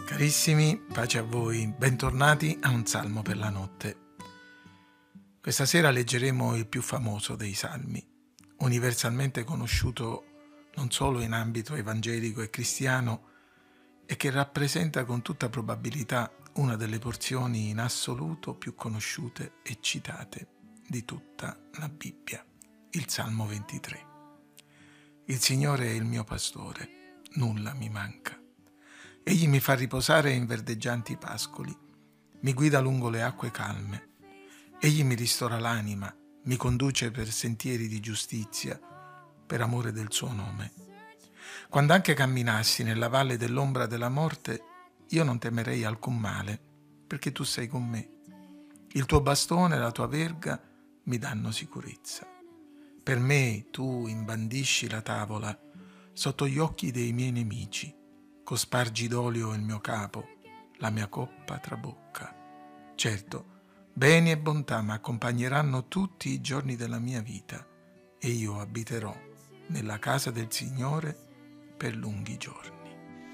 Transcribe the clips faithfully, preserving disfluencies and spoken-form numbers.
Carissimi, pace a voi, bentornati a un salmo per la notte. Questa sera leggeremo il più famoso dei salmi, universalmente conosciuto non solo in ambito evangelico e cristiano, e che rappresenta con tutta probabilità una delle porzioni in assoluto più conosciute e citate di tutta la Bibbia, il Salmo ventitré. Il Signore è il mio pastore, nulla mi manca. Egli mi fa riposare in verdeggianti pascoli, mi guida lungo le acque calme. Egli mi ristora l'anima, mi conduce per sentieri di giustizia, per amore del suo nome. Quando anche camminassi nella valle dell'ombra della morte, io non temerei alcun male, perché tu sei con me. Il tuo bastone e la tua verga mi danno sicurezza. Per me tu imbandisci la tavola sotto gli occhi dei miei nemici. Cospargi d'olio il mio capo, la mia coppa trabocca. Certo, beni e bontà mi accompagneranno tutti i giorni della mia vita e io abiterò nella casa del Signore per lunghi giorni.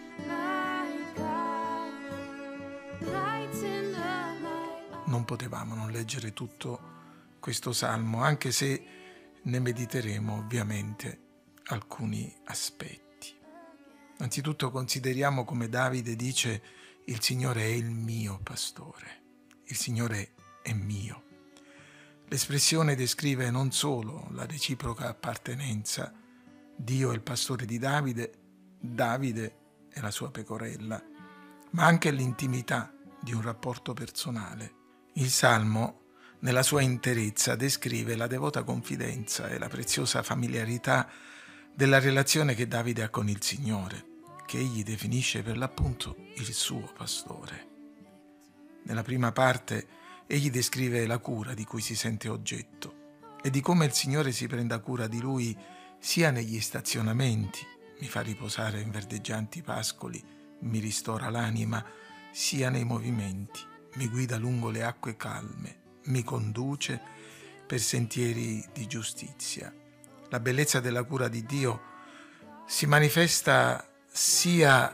Non potevamo non leggere tutto questo salmo, anche se ne mediteremo ovviamente alcuni aspetti. Anzitutto consideriamo come Davide dice: il Signore è il mio pastore, il Signore è mio. L'espressione descrive non solo la reciproca appartenenza, Dio è il pastore di Davide, Davide è la sua pecorella, ma anche l'intimità di un rapporto personale. Il Salmo, nella sua interezza, descrive la devota confidenza e la preziosa familiarità della relazione che Davide ha con il Signore, che egli definisce per l'appunto il suo pastore. Nella prima parte egli descrive la cura di cui si sente oggetto e di come il Signore si prenda cura di lui sia negli stazionamenti, mi fa riposare in verdeggianti pascoli, mi ristora l'anima, sia nei movimenti, mi guida lungo le acque calme, mi conduce per sentieri di giustizia. La bellezza della cura di Dio si manifesta sia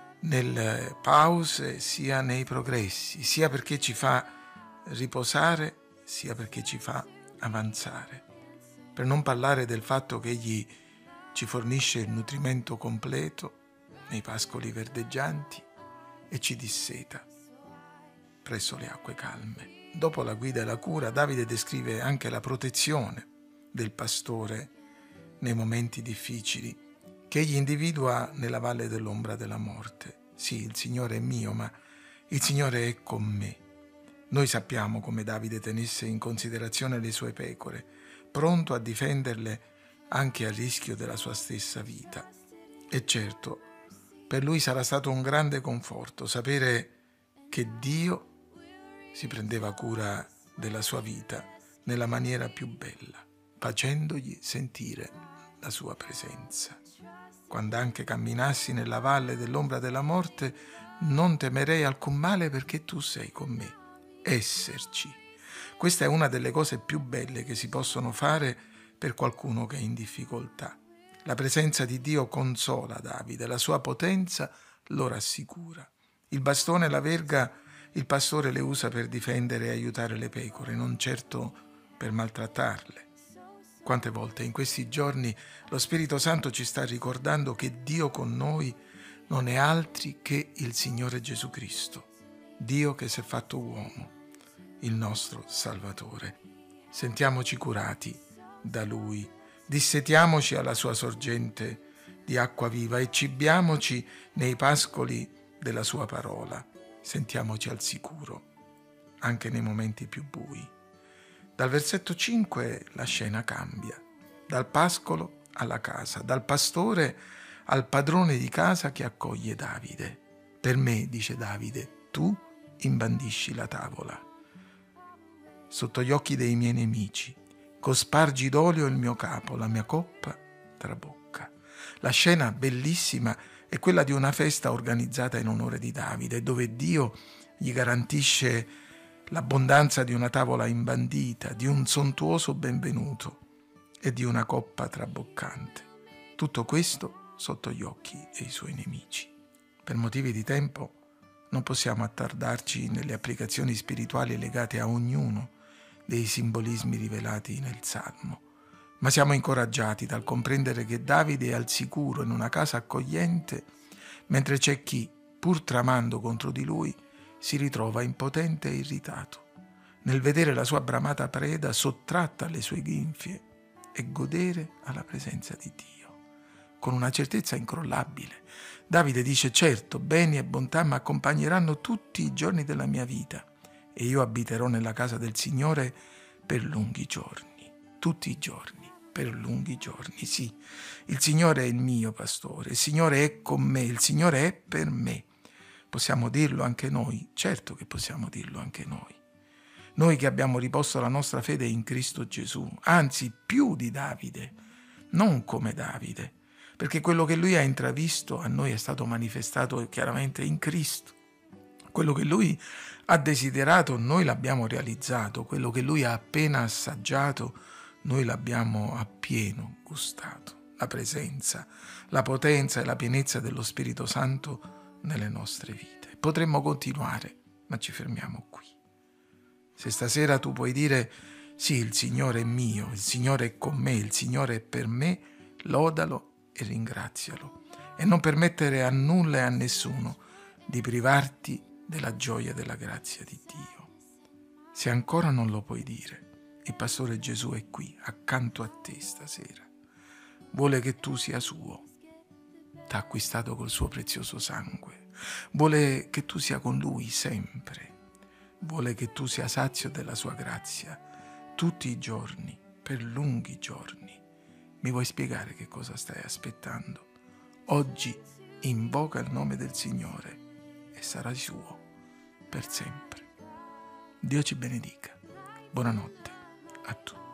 nelle pause sia nei progressi, sia perché ci fa riposare, sia perché ci fa avanzare. Per non parlare del fatto che Egli ci fornisce il nutrimento completo nei pascoli verdeggianti e ci disseta presso le acque calme. Dopo la guida e la cura, Davide descrive anche la protezione del pastore nei momenti difficili, che egli individua nella valle dell'ombra della morte. Sì, il Signore è mio, ma il Signore è con me. Noi sappiamo come Davide tenesse in considerazione le sue pecore, pronto a difenderle anche a rischio della sua stessa vita. E certo, per lui sarà stato un grande conforto sapere che Dio si prendeva cura della sua vita nella maniera più bella, facendogli sentire la sua presenza. Quando anche camminassi nella valle dell'ombra della morte, non temerei alcun male perché tu sei con me. Esserci. Questa è una delle cose più belle che si possono fare per qualcuno che è in difficoltà. La presenza di Dio consola Davide, la sua potenza lo rassicura. Il bastone e la verga il pastore le usa per difendere e aiutare le pecore, non certo per maltrattarle. Quante volte in questi giorni lo Spirito Santo ci sta ricordando che Dio con noi non è altri che il Signore Gesù Cristo, Dio che si è fatto uomo, il nostro Salvatore. Sentiamoci curati da Lui, dissetiamoci alla sua sorgente di acqua viva e cibiamoci nei pascoli della sua parola. Sentiamoci al sicuro, anche nei momenti più bui. Dal versetto cinque la scena cambia, dal pascolo alla casa, dal pastore al padrone di casa che accoglie Davide. Per me, dice Davide, tu imbandisci la tavola sotto gli occhi dei miei nemici, cospargi d'olio il mio capo, la mia coppa trabocca. La scena bellissima è quella di una festa organizzata in onore di Davide, dove Dio gli garantisce l'abbondanza di una tavola imbandita, di un sontuoso benvenuto e di una coppa traboccante. Tutto questo sotto gli occhi dei suoi nemici. Per motivi di tempo Non possiamo attardarci nelle applicazioni spirituali legate a ognuno dei simbolismi rivelati nel Salmo, ma siamo incoraggiati dal comprendere che Davide è al sicuro in una casa accogliente, mentre c'è chi, pur tramando contro di lui, si ritrova impotente e irritato nel vedere la sua bramata preda sottratta alle sue ghinfie e godere alla presenza di Dio. Con una certezza incrollabile, Davide dice: certo, beni e bontà mi accompagneranno tutti i giorni della mia vita e io abiterò nella casa del Signore per lunghi giorni, tutti i giorni, per lunghi giorni. Sì, il Signore è il mio pastore, il Signore è con me, il Signore è per me. Possiamo dirlo anche noi? Certo che possiamo dirlo anche noi. Noi che abbiamo riposto la nostra fede in Cristo Gesù, anzi più di Davide, non come Davide, perché quello che lui ha intravisto a noi è stato manifestato chiaramente in Cristo. Quello che lui ha desiderato noi l'abbiamo realizzato, quello che lui ha appena assaggiato noi l'abbiamo appieno gustato, la presenza, la potenza e la pienezza dello Spirito Santo nelle nostre vite. Potremmo continuare, ma ci fermiamo qui. Se stasera tu puoi dire: sì, il Signore è mio, il Signore è con me, il Signore è per me, lodalo e ringrazialo e non permettere a nulla e a nessuno di privarti della gioia e della grazia di Dio. Se ancora non lo puoi dire, il pastore Gesù è qui, accanto a te stasera. Vuole che tu sia suo. T'ha acquistato col suo prezioso sangue. Vuole che tu sia con lui sempre. Vuole che tu sia sazio della sua grazia tutti i giorni, per lunghi giorni. Mi vuoi spiegare che cosa stai aspettando? Oggi invoca il nome del Signore e sarai suo per sempre. Dio ci benedica. Buonanotte a tutti.